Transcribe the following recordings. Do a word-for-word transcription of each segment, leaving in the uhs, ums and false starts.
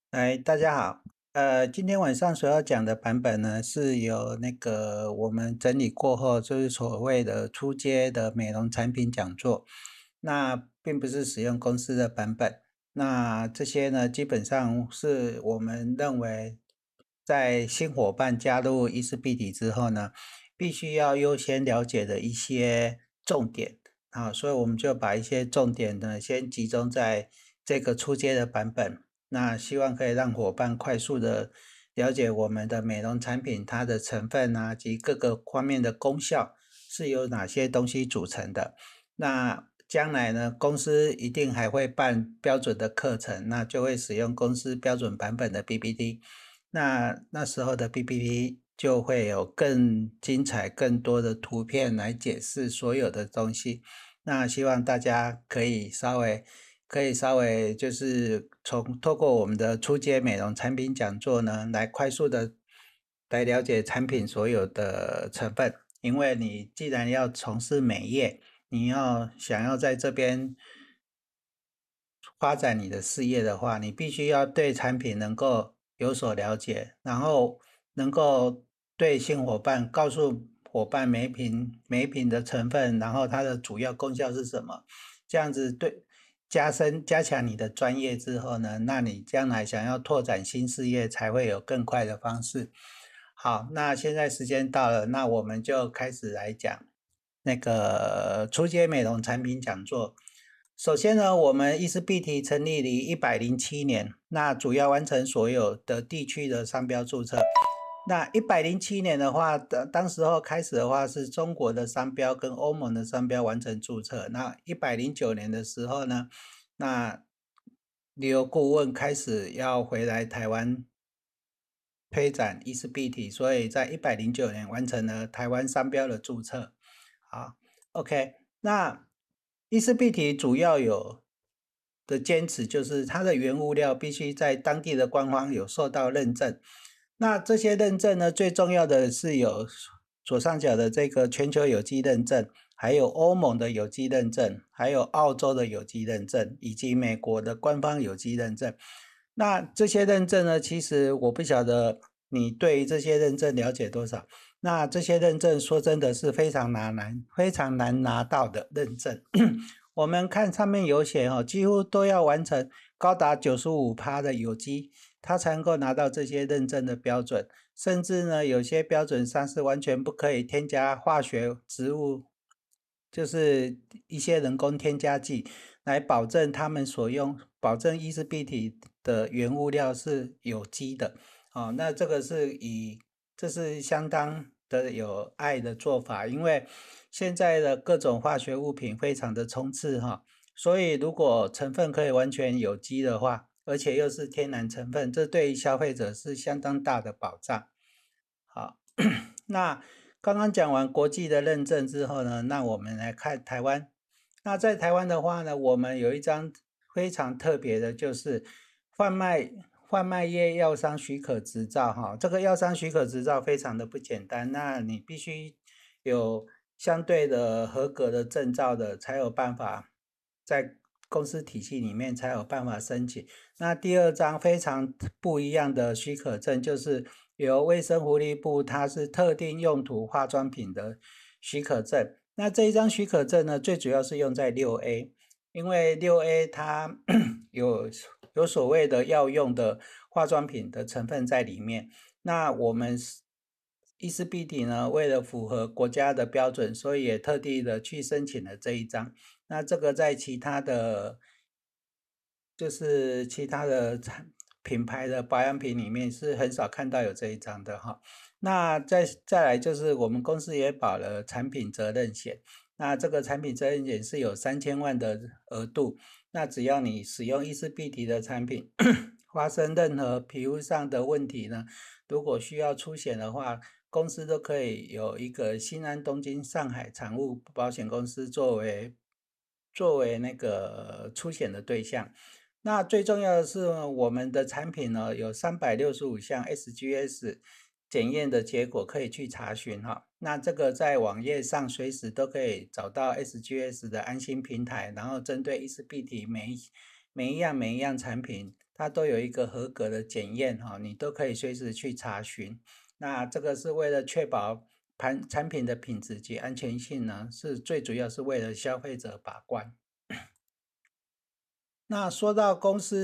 哎，大家好。呃，今天晚上所要讲的版本呢，是由那个我们整理过后，就是所谓的初阶的美容产品讲座。那并不是使用公司的版本。那这些呢，基本上是我们认为，在新伙伴加入伊思必体之后呢，必须要优先了解的一些重点啊，所以我们就把一些重点呢，先集中在这个初阶的版本。那希望可以让伙伴快速的了解我们的美容产品，它的成分啊及各个方面的功效是由哪些东西组成的。那将来呢，公司一定还会办标准的课程，那就会使用公司标准版本的 P P T。那那时候的 P P T 就会有更精彩、更多的图片来解释所有的东西。那希望大家可以稍微可以稍微就是从透过我们的初阶美容产品讲座呢，来快速的来了解产品所有的成分。因为你既然要从事美业，你要想要在这边发展你的事业的话，你必须要对产品能够有所了解，然后能够对新伙伴告诉伙伴每一瓶每一瓶的成分，然后它的主要功效是什么。这样子对加深加强你的专业之后呢，那你将来想要拓展新事业才会有更快的方式。好，那现在时间到了，那我们就开始来讲那个初阶美容产品讲座。首先呢，我们伊思必提成立于一百零七年，那主要完成所有的地区的商标注册。那一百零七年的话，当当时候开始的话，是中国的商标跟欧盟的商标完成注册。那一百零九年的时候呢，那旅游顾问开始要回来台湾推展伊思必体，所以在一百零九年完成了台湾商标的注册。好，OK。那伊思必体主要有的坚持就是它的原物料必须在当地的官方有受到认证。那这些认证呢，最重要的是有左上角的这个全球有机认证，还有欧盟的有机认证，还有澳洲的有机认证，以及美国的官方有机认证。那这些认证呢，其实我不晓得你对于这些认证了解多少。那这些认证说真的是非常难难非常难拿到的认证。我们看上面有写哦，几乎都要完成高达 百分之九十五 的有机，它才能够拿到这些认证的标准。甚至呢，有些标准上是完全不可以添加化学植物，就是一些人工添加剂，来保证他们所用，保证伊思必体的原物料是有机的。哦，那这个是以这是相当的有爱的做法，因为现在的各种化学物品非常的冲刺哈，所以如果成分可以完全有机的话，而且又是天然成分，这对于消费者是相当大的保障。好，那刚刚讲完国际的认证之后呢，那我们来看台湾。那在台湾的话呢，我们有一张非常特别的，就是贩卖贩卖业药商许可执照哈。这个药商许可执照非常的不简单，那你必须有相对的合格的证照的，才有办法在公司体系里面才有办法申请。那第二张非常不一样的许可证，就是由卫生福利部，它是特定用途化妆品的许可证。那这一张许可证呢，最主要是用在 六 A， 因为 六 A 它有有所谓的药用的化妆品的成分在里面。那我们伊思必体呢，为了符合国家的标准，所以也特地的去申请了这一张。那这个在其他的就是其他的产品牌的保养品里面是很少看到有这一张的哈。那再再来就是我们公司也保了产品责任险，那这个产品责任险是有三千万的额度，那只要你使用伊思必体的产品，发生任何皮肤上的问题呢，如果需要出险的话，公司都可以有一个新安东京上海产物保险公司作为作为那个出险的对象。那最重要的是我们的产品呢，有三百六十五项 S G S 检验的结果可以去查询哈。那这个在网页上随时都可以找到 S G S 的安心平台，然后针对伊思必体每一每一样每一样产品， 它都有一个合格的检验哈，你都可以随时去查询。那这个是为了确保盘产品的品质及安全性呢，是最主要是为了消费者把关。那说到公司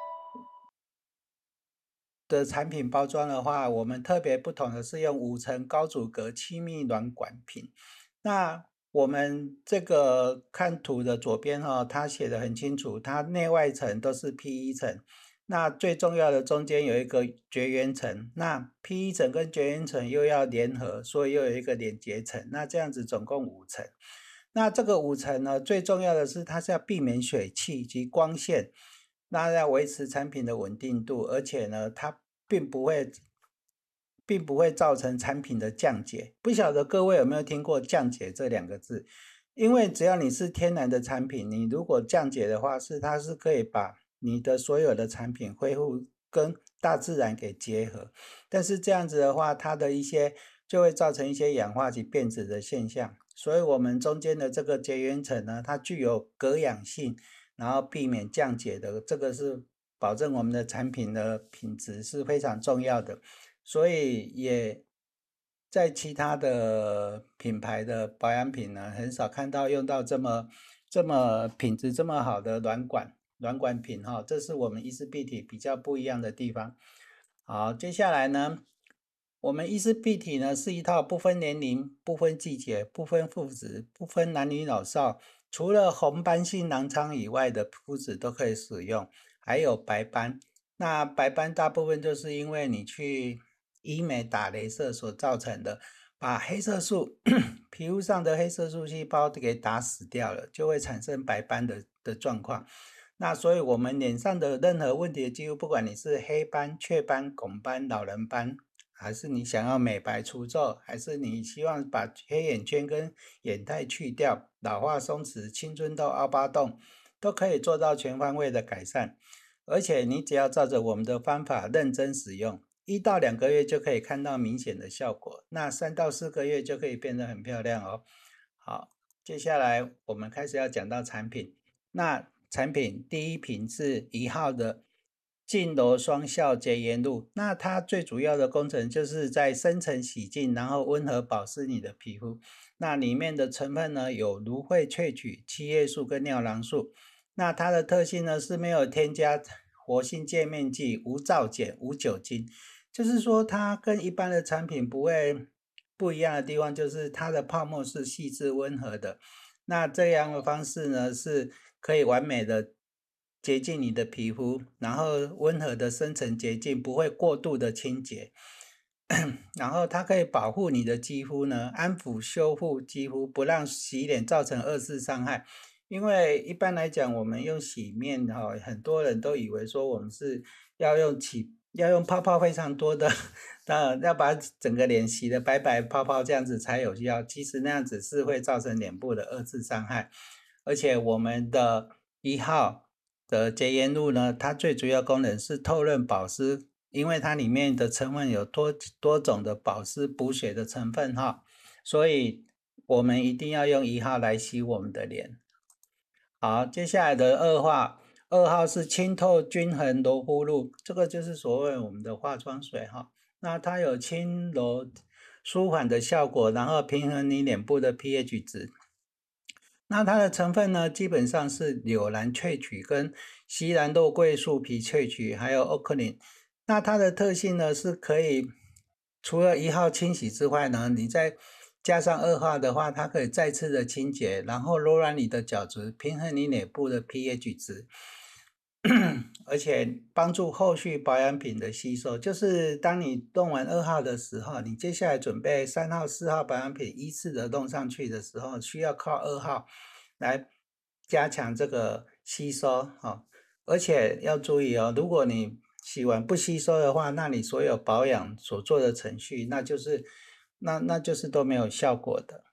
的产品包装的话，我们特别不同的是用五层高阻隔气密软管瓶。那我们这个看图的左边哈、哦，它写的很清楚，它内外层都是 P 一 层。那最重要的中间有一个绝缘层，那 P 一 层跟绝缘层又要联合，所以又有一个连接层。那这样子总共五层。那这个五层呢，最重要的是它是要避免水汽及光线，那要维持产品的稳定度，而且呢，它并不会并不会造成产品的降解。不晓得各位有没有听过降解这两个字？因为只要你是天然的产品，你如果降解的话，是它是可以把你的所有的产品恢复跟大自然给结合。但是这样子的话，它的一些就会造成一些氧化及变质的现象。所以我们中间的这个绝缘层呢，它具有隔氧性，然后避免降解的，这个是保证我们的产品的品质是非常重要的。所以也在其他的品牌的保养品呢，很少看到用到这么这么品质这么好的软管软管品哈，这是我们伊思碧缇比较不一样的地方。好，接下来呢，我们伊思碧缇呢是一套不分年龄、不分季节、不分肤质、不分男女老少，除了红斑性狼疮以外的肤质都可以使用，还有白斑。那白斑大部分就是因为你去医美打雷射所造成的，把黑色素皮肤上的黑色素细胞给打死掉了，就会产生白斑的的状况。那所以我们脸上的任何问题，几乎不管你是黑斑、雀斑、拱斑、老人斑，还是你想要美白除皱，还是你希望把黑眼圈跟眼袋去掉，老化松弛、青春痘、凹疤洞，都可以做到全方位的改善。而且你只要照着我们的方法认真使用，一到两个月就可以看到明显的效果，那三到四个月就可以变得很漂亮哦。好，接下来我们开始要讲到产品。那产品第一瓶是一号的净柔双效洁颜露，那它最主要的工程就是在深层洗净，然后温和保湿你的皮肤。那里面的成分呢有芦荟萃取、七叶素跟尿囊素。那它的特性呢是没有添加活性界面剂、无皂碱、无酒精，就是说它跟一般的产品不会不一样的地方，就是它的泡沫是细致温和的。那这样的方式呢是可以完美的洁净你的皮肤，然后温和的深层洁净，不会过度的清洁。然后它可以保护你的肌肤呢，安抚修复肌肤，不让洗脸造成二次伤害。因为一般来讲，我们用洗面哈，很多人都以为说我们是要用起要用泡泡非常多的，呃，要把整个脸洗得白白泡泡这样子才有效。其实那样子是会造成脸部的二次伤害。而且我们的一号的洁颜露呢，它最主要功能是透润保湿，因为它里面的成分有多多种的保湿补水的成分哈，所以我们一定要用一号来洗我们的脸。好，接下来的二号，二号是清透均衡柔肤露，这个就是所谓我们的化妆水哈。那它有轻柔舒缓的效果，然后平衡你脸部的 pH 值。那它的成分呢，基本上是柳兰萃取跟西兰肉桂树皮萃取，还有欧克林。那它的特性呢，是可以除了一号清洗之外呢，你再加上二号的话，它可以再次的清洁，然后柔软你的角质，平衡你脸部的 pH 值，而且帮助后续保养品的吸收。就是当你弄完二号的时候，你接下来准备三号、四号保养品依次的弄上去的时候，需要靠二号来加强这个吸收。哦，而且要注意哦，如果你洗完不吸收的话，那你所有保养所做的程序，那就是那那就是都没有效果的。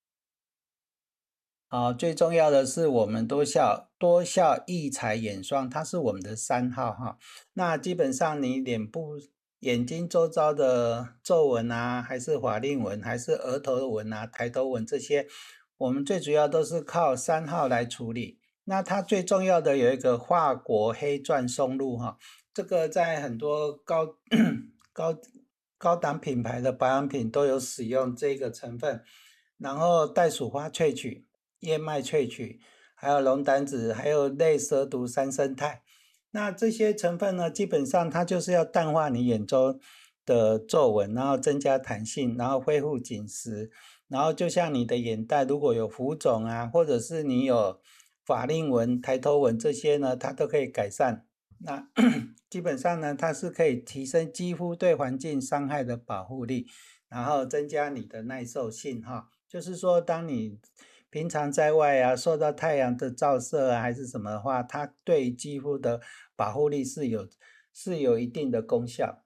好，最重要的是我们多效多效益彩眼霜，它是我们的三号哈。那基本上你脸部眼睛周遭的皱纹啊，还是法令纹，还是额头纹啊、抬头纹这些，我们最主要都是靠三号来处理。那它最重要的有一个法国黑钻松露哈， 这个在很多高高高档品牌的保养品都有使用这个成分，然后袋鼠花萃取、燕麦萃取，还有龙胆酯，还有类蛇毒三生态。那这些成分呢，基本上它就是要淡化你眼周的皱纹，然后增加弹性，然后恢复紧实。然后就像你的眼袋如果有浮肿啊，或者是你有法令纹、抬头纹这些呢，它都可以改善。那基本上呢，它是可以提升肌肤对环境伤害的保护力，然后增加你的耐受性哈。就是说，当你平常在外啊，受到太阳的照射啊，还是什么的话，它对肌肤的保护力是有是有一定的功效。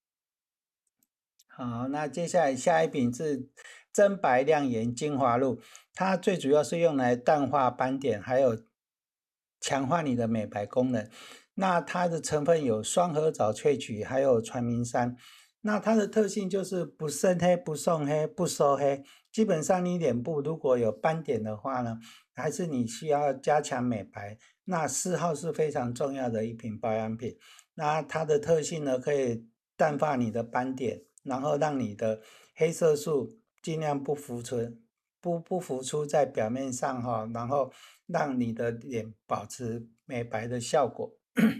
好，那接下来下一瓶是真白亮颜精华露，它最主要是用来淡化斑点，还有强化你的美白功能。那它的成分有双合藻萃取，还有传明山。那它的特性就是不深黑、不送黑、不收黑。基本上你脸部如果有斑点的话呢，还是你需要加强美白，那四号是非常重要的一瓶保养品。那它的特性呢，可以淡化你的斑点，然后让你的黑色素尽量不浮存，不不浮出在表面上哈，然后让你的脸保持美白的效果。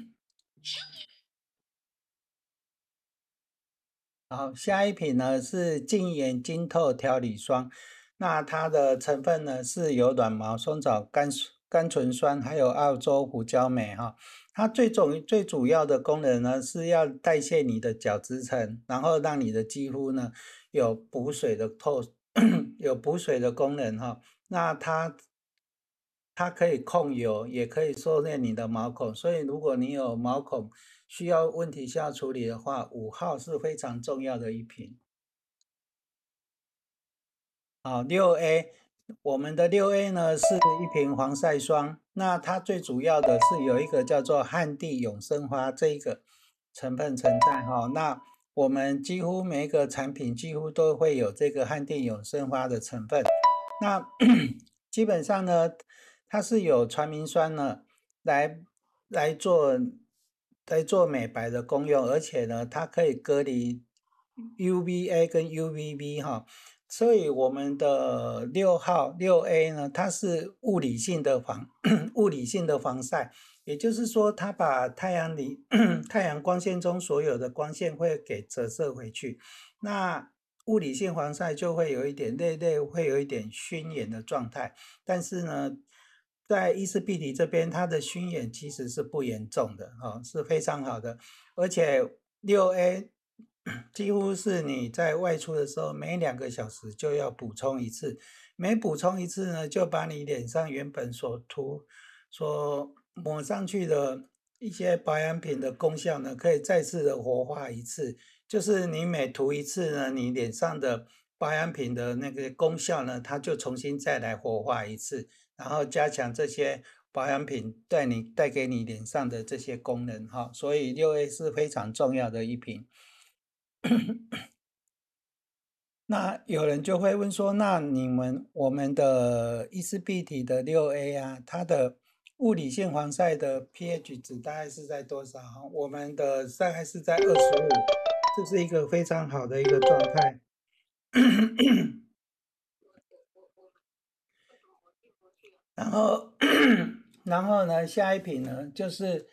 好，下一瓶呢是净颜晶透调理霜，那它的成分呢是有软毛松藻甘甘醇酸，还有澳洲胡椒酶哈。它最重最主要的功能呢是要代谢你的角质层，然后让你的肌肤呢有补水的透有补水的功能哈。那它它可以控油，也可以收敛你的毛孔，所以如果你有毛孔需要问题需要处理的话，五号是非常重要的一瓶。好，六 A，我们的六 A 呢是一瓶防晒霜，那它最主要的是有一个叫做旱地永生花这一个成分存在哈。那我们几乎每一个产品几乎都会有这个旱地永生花的成分。那基本上呢，它是有传明酸呢来来做来做美白的功用，而且呢，它可以隔离 U V A 跟 U V B 哈。所以我们的六号六 A 呢，它是物理性的防物理性的防晒，也就是说，它把太阳里太阳光线中所有的光线会给折射回去。那物理性防晒就会有一点累累，会有一点熏眼的状态。但是呢，在伊丝碧媞这边，它的熏眼其实是不严重的，哈、哦，是非常好的。而且六 A 几乎是你在外出的时候，每两个小时就要补充一次。每补充一次呢，就把你脸上原本所涂、所抹上去的一些保养品的功效呢，可以再次的活化一次。就是你每涂一次呢，你脸上的保养品的那个功效呢，它就重新再来活化一次，然后加强这些保养品带你带给你脸上的这些功能哈。所以六 A 是非常重要的一瓶。那有人就会问说，那你们我们的伊丝碧媞的六 A 啊，它的物理性防晒的 pH 值大概是在多少？我们的大概是在二十五，这是一个非常好的一个状态。然后，然后呢，下一瓶呢，就是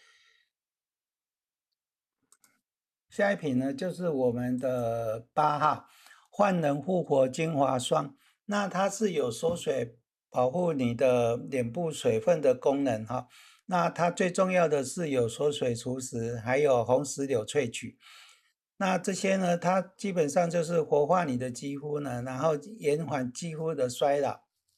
下一瓶呢，就是我们的八号焕能护活精华霜。那它是有缩水、保护你的脸部水分的功能哈。那它最重要的是有缩水除湿，还有红石榴萃取。那这些呢，它基本上就是活化你的肌肤呢，然后延缓肌肤的衰老。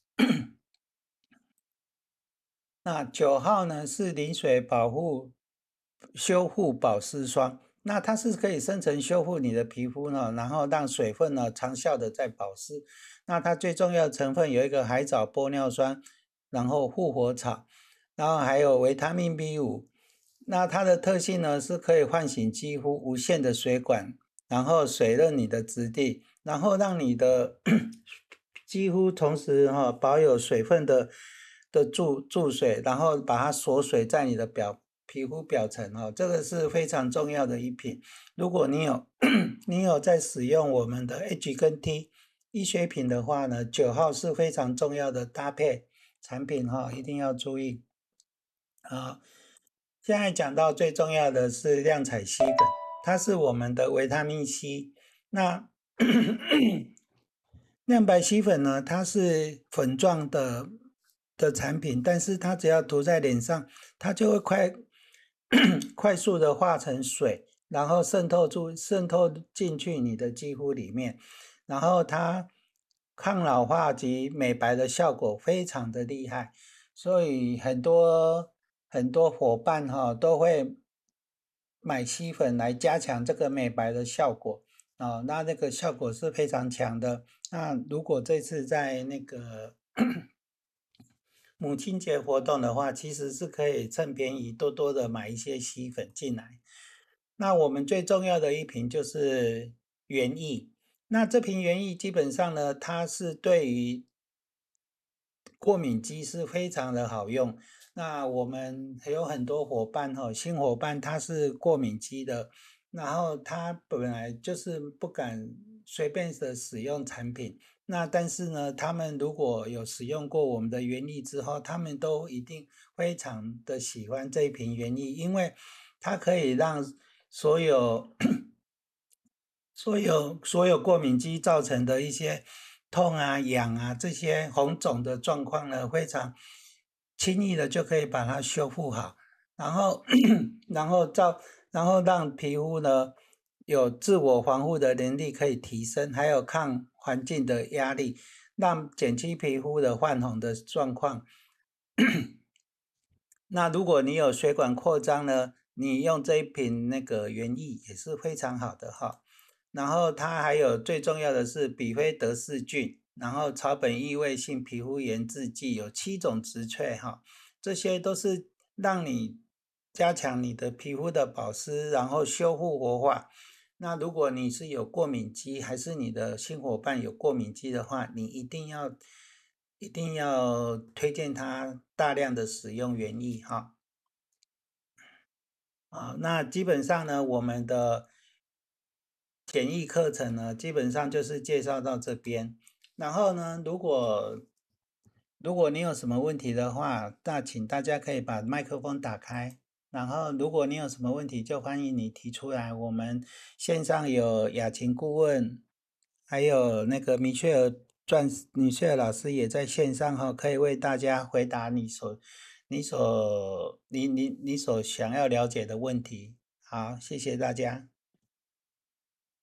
那九号呢是临水保护修护保湿霜，那它是可以深层修复你的皮肤呢，然后让水分呢长效的在保湿。那它最重要的成分有一个海藻玻尿酸，然后复活草，然后还有维他命 B 五。那它的特性呢是可以唤醒肌肤无限的水管，然后水润你的质地，然后让你的肌肤同时哈、哦、保有水分的的注注水，然后把它锁水在你的表皮肤表层哦，这个是非常重要的一品。如果你有你有在使用我们的 H 跟 T 医学品的话呢，九号是非常重要的搭配产品哈、一定要注意啊。现在讲到最重要的是亮彩烯粉，它是我们的维他命 C。那亮白烯粉呢，它是粉状的的产品，但是它只要涂在脸上，它就会快快速的化成水，然后渗透出渗透进去你的肌肤里面，然后它抗老化及美白的效果非常的厉害，所以很多很多伙伴哈、都会买烯粉来加强这个美白的效果啊、那那个效果是非常强的。那如果这次在那个母亲节活动的话，其实是可以趁便宜多多的买一些烯粉进来。那我们最重要的一瓶就是园艺。那这瓶园艺基本上呢，它是对于过敏肌是非常的好用。那我们还有很多伙伴哈、新伙伴他是过敏肌的，然后他本来就是不敢随便的使用产品。那但是呢，他们如果有使用过我们的原液之后，他们都一定非常的喜欢这一瓶原液，因为它可以让所有所有所有过敏肌造成的一些痛啊、痒啊这些红肿的状况呢，非常轻易的就可以把它修复好，然后然后造然后让皮肤呢有自我防护的能力可以提升，还有抗环境的压力，让减轻皮肤的泛红的状况。那如果你有血管扩张呢，你用这一瓶那个原液也是非常好的哈。然后它还有最重要的是比菲德氏菌，然后草本异位性皮肤炎制剂有七种植萃哈，这些都是让你加强你的皮肤的保湿，然后修复活化。那如果你是有过敏肌，还是你的新伙伴有过敏肌的话，你一定要一定要推荐他大量的使用原液哈。啊，那基本上呢，我们的简易课程呢，基本上就是介绍到这边。然后呢，如果如果你有什么问题的话，那请大家可以把麦克风打开。然后，如果你有什么问题，就欢迎你提出来。我们线上有雅琴顾问，还有那个米歇尔钻米歇尔老师也在线上哈，可以为大家回答你所你所你你你所想要了解的问题。好，谢谢大家。